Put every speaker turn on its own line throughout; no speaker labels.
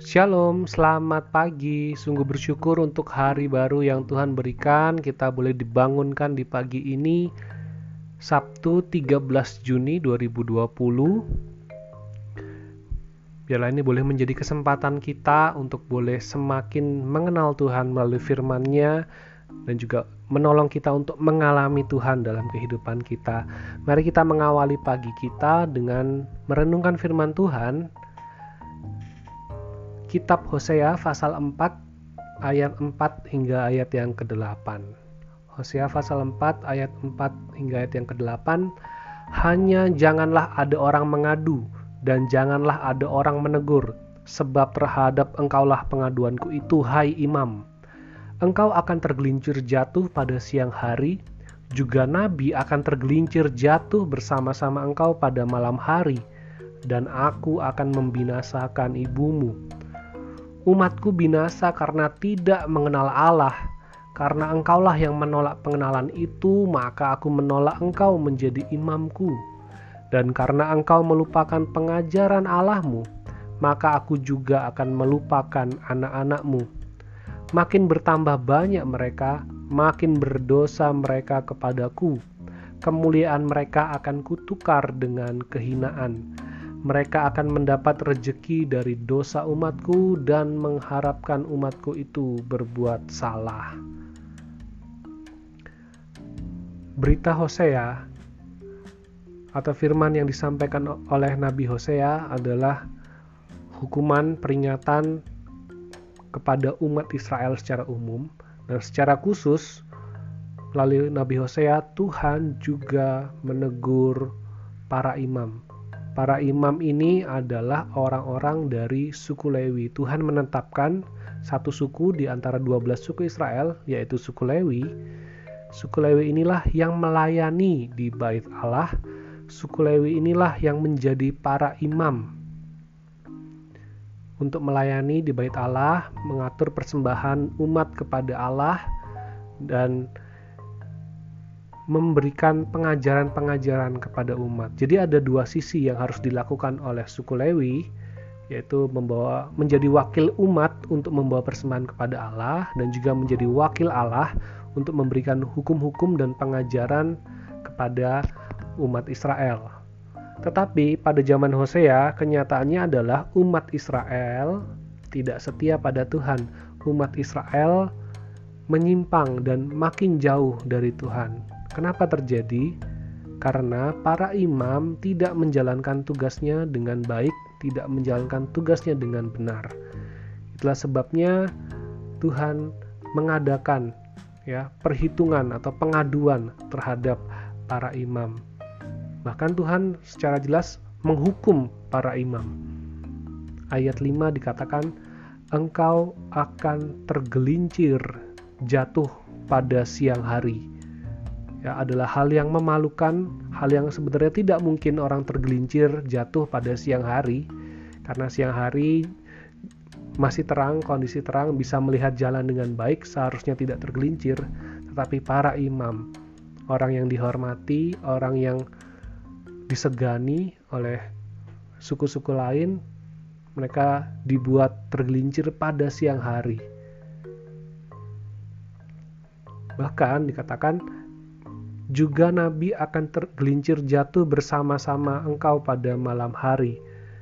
Shalom, selamat pagi. Sungguh bersyukur untuk hari baru yang Tuhan berikan. Kita boleh dibangunkan di pagi ini, Sabtu 13 Juni 2020. Biarlah ini boleh menjadi kesempatan kita untuk boleh semakin mengenal Tuhan melalui firman-Nya dan juga menolong kita untuk mengalami Tuhan dalam kehidupan kita. Mari kita mengawali pagi kita dengan merenungkan firman Tuhan. Kitab Hosea pasal 4 ayat 4 hingga ayat yang ke-8. Hosea pasal 4 ayat 4 hingga ayat yang ke-8. Hanya janganlah ada orang mengadu dan janganlah ada orang menegur, sebab terhadap engkaulah pengaduanku itu, hai imam. Engkau akan tergelincir jatuh pada siang hari, juga nabi akan tergelincir jatuh bersama-sama engkau pada malam hari, dan aku akan membinasakan ibumu. Umatku binasa karena tidak mengenal Allah. Karena engkaulah yang menolak pengenalan itu, maka aku menolak engkau menjadi imamku. Dan karena engkau melupakan pengajaran Allahmu, maka aku juga akan melupakan anak-anakmu. Makin bertambah banyak mereka, makin berdosa mereka kepadaku. Kemuliaan mereka akan kutukar dengan kehinaan. Mereka akan mendapat rejeki dari dosa umatku dan mengharapkan umatku itu berbuat salah. Berita Hosea atau firman yang disampaikan oleh Nabi Hosea adalah hukuman peringatan kepada umat Israel secara umum, dan secara khusus melalui Nabi Hosea Tuhan juga menegur para imam. Para imam ini adalah orang-orang dari suku Lewi. Tuhan menetapkan satu suku di antara 12 suku Israel, yaitu suku Lewi. Suku Lewi inilah yang melayani di bait Allah. Suku Lewi inilah yang menjadi para imam untuk melayani di bait Allah, mengatur persembahan umat kepada Allah, dan memberikan pengajaran-pengajaran kepada umat. Jadi ada dua sisi yang harus dilakukan oleh suku Lewi, yaitu menjadi wakil umat untuk membawa persembahan kepada Allah, dan juga menjadi wakil Allah untuk memberikan hukum-hukum dan pengajaran kepada umat Israel. Tetapi pada zaman Hosea, kenyataannya adalah umat Israel tidak setia pada Tuhan. Umat Israel menyimpang dan makin jauh dari Tuhan. Kenapa terjadi? Karena para imam tidak menjalankan tugasnya dengan baik, tidak menjalankan tugasnya dengan benar. Itulah sebabnya Tuhan mengadakan perhitungan atau pengaduan terhadap para imam. Bahkan Tuhan secara jelas menghukum para imam. Ayat 5 dikatakan, engkau akan tergelincir jatuh pada siang hari. Adalah hal yang memalukan, hal yang sebenarnya tidak mungkin orang tergelincir jatuh pada siang hari, karena siang hari masih terang, kondisi terang, bisa melihat jalan dengan baik, seharusnya tidak tergelincir. Tetapi para imam, orang yang dihormati, orang yang disegani oleh suku-suku lain, mereka dibuat tergelincir pada siang hari. Bahkan dikatakan juga nabi akan tergelincir jatuh bersama-sama engkau pada malam hari.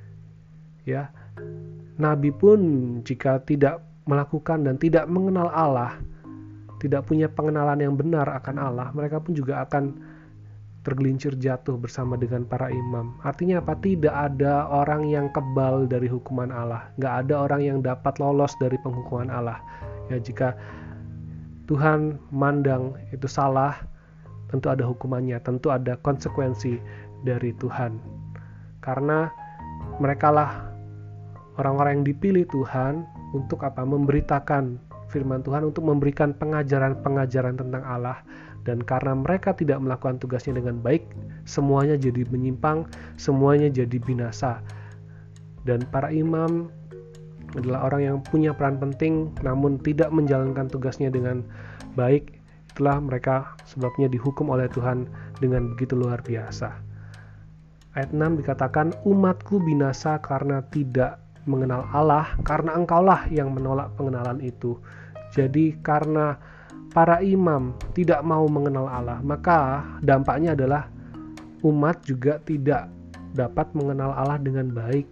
Nabi pun jika tidak melakukan dan tidak mengenal Allah, tidak punya pengenalan yang benar akan Allah, mereka pun juga akan tergelincir jatuh bersama dengan para imam. Artinya apa? Tidak ada orang yang kebal dari hukuman Allah. Nggak ada orang yang dapat lolos dari penghukuman Allah. Jika Tuhan mandang itu salah, tentu ada hukumannya, tentu ada konsekuensi dari Tuhan. Karena merekalah orang-orang yang dipilih Tuhan untuk memberitakan firman Tuhan, untuk memberikan pengajaran-pengajaran tentang Allah. Dan karena mereka tidak melakukan tugasnya dengan baik, semuanya jadi menyimpang, semuanya jadi binasa. Dan para imam adalah orang yang punya peran penting namun tidak menjalankan tugasnya dengan baik. Itulah mereka sebabnya dihukum oleh Tuhan dengan begitu luar biasa. Ayat 6 dikatakan, umatku binasa karena tidak mengenal Allah karena engkaulah yang menolak pengenalan itu. Jadi karena para imam tidak mau mengenal Allah, maka dampaknya adalah umat juga tidak dapat mengenal Allah dengan baik.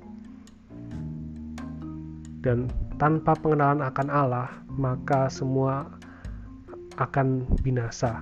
Dan tanpa pengenalan akan Allah, maka semua akan binasa.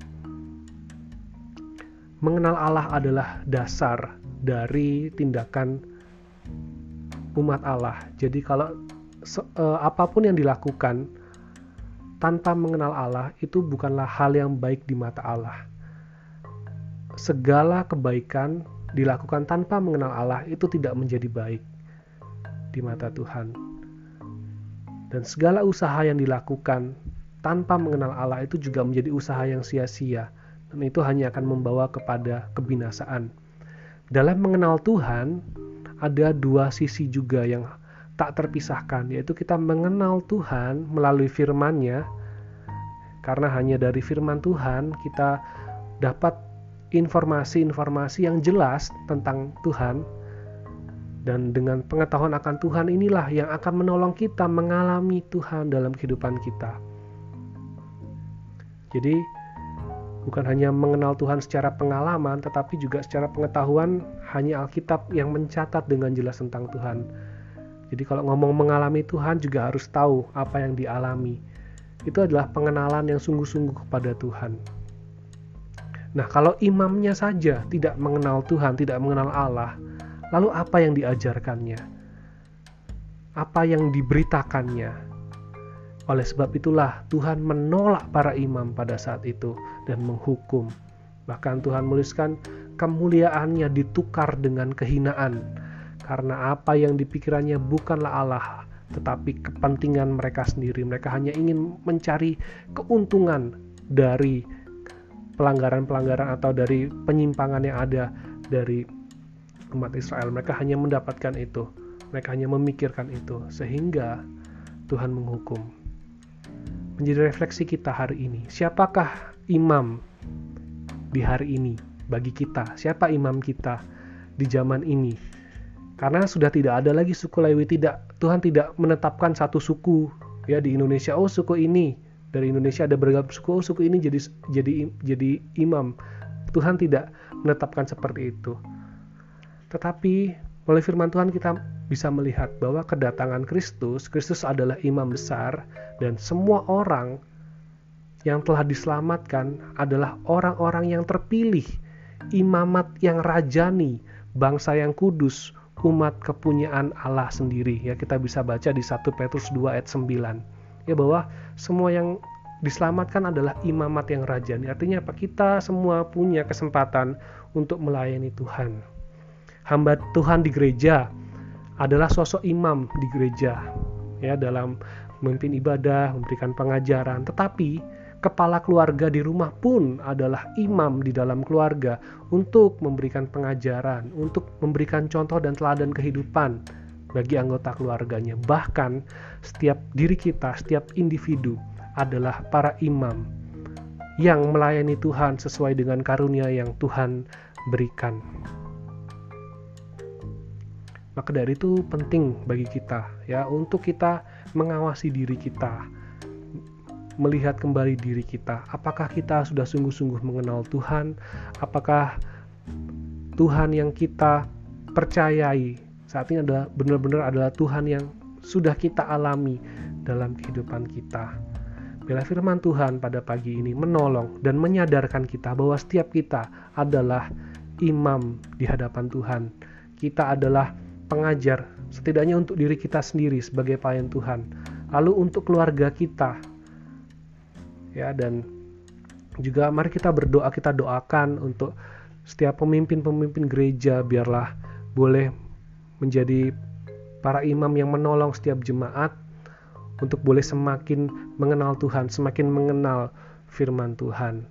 Mengenal Allah adalah dasar dari tindakan umat Allah. Jadi kalau apapun yang dilakukan tanpa mengenal Allah, itu bukanlah hal yang baik di mata Allah. Segala kebaikan dilakukan tanpa mengenal Allah itu tidak menjadi baik di mata Tuhan. Dan segala usaha yang dilakukan tanpa mengenal Allah itu juga menjadi usaha yang sia-sia. Dan itu hanya akan membawa kepada kebinasaan. Dalam mengenal Tuhan, ada dua sisi juga yang tak terpisahkan, yaitu kita mengenal Tuhan melalui firman-Nya, karena hanya dari firman Tuhan kita dapat informasi-informasi yang jelas tentang Tuhan, dan dengan pengetahuan akan Tuhan inilah yang akan menolong kita mengalami Tuhan dalam kehidupan kita. Jadi bukan hanya mengenal Tuhan secara pengalaman, tetapi juga secara pengetahuan. Hanya Alkitab yang mencatat dengan jelas tentang Tuhan. Jadi kalau ngomong mengalami Tuhan juga harus tahu apa yang dialami. Itu adalah pengenalan yang sungguh-sungguh kepada Tuhan. Nah, kalau imamnya saja tidak mengenal Tuhan, tidak mengenal Allah, lalu apa yang diajarkannya? Apa yang diberitakannya? Oleh sebab itulah Tuhan menolak para imam pada saat itu dan menghukum. Bahkan Tuhan menuliskan kemuliaannya ditukar dengan kehinaan, karena apa yang dipikirannya bukanlah Allah, tetapi kepentingan mereka sendiri. Mereka hanya ingin mencari keuntungan dari pelanggaran-pelanggaran atau dari penyimpangan yang ada dari umat Israel. Mereka hanya mendapatkan itu. Mereka hanya memikirkan itu, sehingga Tuhan menghukum. Menjadi refleksi kita hari ini. Siapakah imam di hari ini bagi kita? Siapa imam kita di zaman ini? Karena sudah tidak ada lagi suku Lewi. Tuhan tidak menetapkan satu suku ya di Indonesia. Oh, suku ini dari Indonesia ada beragam suku. Oh, suku ini jadi imam. Tuhan tidak menetapkan seperti itu. Tetapi oleh firman Tuhan kita bisa melihat bahwa kedatangan Kristus adalah imam besar, dan semua orang yang telah diselamatkan adalah orang-orang yang terpilih, imamat yang rajani, bangsa yang kudus, umat kepunyaan Allah sendiri. Ya, kita bisa baca di 1 Petrus 2 ayat 9. Ya, bahwa semua yang diselamatkan adalah imamat yang rajani. Artinya apa? Kita semua punya kesempatan untuk melayani Tuhan. Hamba Tuhan di gereja adalah sosok imam di gereja, ya, dalam memimpin ibadah, memberikan pengajaran. Tetapi kepala keluarga di rumah pun adalah imam di dalam keluarga untuk memberikan pengajaran, untuk memberikan contoh dan teladan kehidupan bagi anggota keluarganya. Bahkan setiap diri kita, setiap individu adalah para imam yang melayani Tuhan sesuai dengan karunia yang Tuhan berikan. Maka dari itu penting bagi kita ya untuk kita mengawasi diri kita, melihat kembali diri kita. Apakah kita sudah sungguh-sungguh mengenal Tuhan? Apakah Tuhan yang kita percayai saat ini adalah benar-benar adalah Tuhan yang sudah kita alami dalam kehidupan kita? Bila firman Tuhan pada pagi ini menolong dan menyadarkan kita bahwa setiap kita adalah imam di hadapan Tuhan. Kita adalah pengajar, setidaknya untuk diri kita sendiri sebagai pelayan Tuhan, lalu untuk keluarga kita, ya, dan juga mari kita berdoa, kita doakan untuk setiap pemimpin-pemimpin gereja, biarlah boleh menjadi para imam yang menolong setiap jemaat untuk boleh semakin mengenal Tuhan, semakin mengenal firman Tuhan.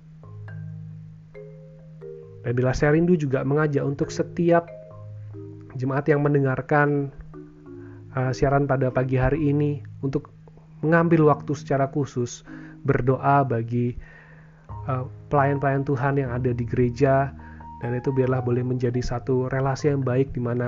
Dan bila saya rindu juga mengajak untuk setiap jemaat yang mendengarkan siaran pada pagi hari ini untuk mengambil waktu secara khusus berdoa bagi pelayan-pelayan Tuhan yang ada di gereja, dan itu biarlah boleh menjadi satu relasi yang baik di mana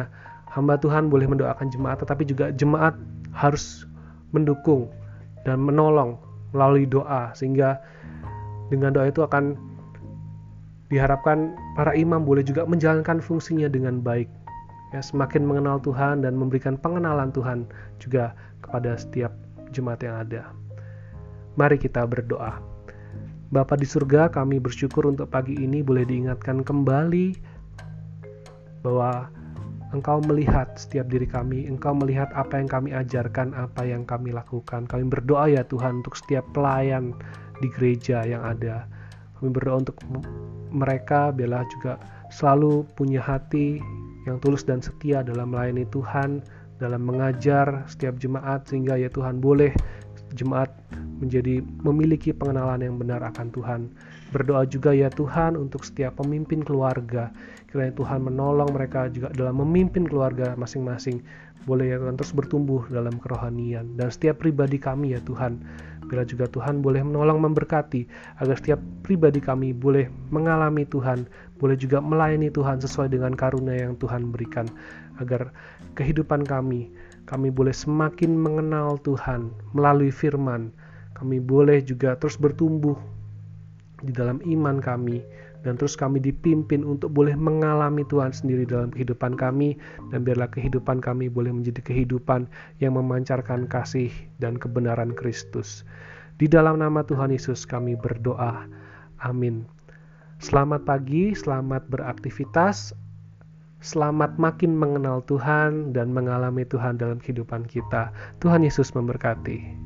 Hamba Tuhan boleh mendoakan jemaat, tetapi juga jemaat harus mendukung dan menolong melalui doa, sehingga dengan doa itu akan diharapkan para imam boleh juga menjalankan fungsinya dengan baik, ya, semakin mengenal Tuhan dan memberikan pengenalan Tuhan juga kepada setiap jemaat yang ada. Mari kita berdoa. Bapa di surga, kami bersyukur untuk pagi ini boleh diingatkan kembali bahwa Engkau melihat setiap diri kami, Engkau melihat apa yang kami ajarkan, apa yang kami lakukan. Kami berdoa ya Tuhan untuk setiap pelayan di gereja yang ada. Kami berdoa untuk mereka biarlah juga selalu punya hati yang tulus dan setia dalam melayani Tuhan, dalam mengajar setiap jemaat, sehingga ya Tuhan boleh jemaat menjadi memiliki pengenalan yang benar akan Tuhan. Berdoa juga ya Tuhan untuk setiap pemimpin keluarga, kiranya Tuhan menolong mereka juga dalam memimpin keluarga masing-masing. Boleh ya Tuhan terus bertumbuh dalam kerohanian, dan setiap pribadi kami ya Tuhan, bila juga Tuhan boleh menolong memberkati, agar setiap pribadi kami boleh mengalami Tuhan, boleh juga melayani Tuhan sesuai dengan karunia yang Tuhan berikan, agar kehidupan kami boleh semakin mengenal Tuhan melalui firman. Kami boleh juga terus bertumbuh di dalam iman kami, dan terus kami dipimpin untuk boleh mengalami Tuhan sendiri dalam kehidupan kami, dan biarlah kehidupan kami boleh menjadi kehidupan yang memancarkan kasih dan kebenaran Kristus. Di dalam nama Tuhan Yesus kami berdoa. Amin. Selamat pagi, selamat beraktivitas, selamat makin mengenal Tuhan dan mengalami Tuhan dalam kehidupan kita. Tuhan Yesus memberkati.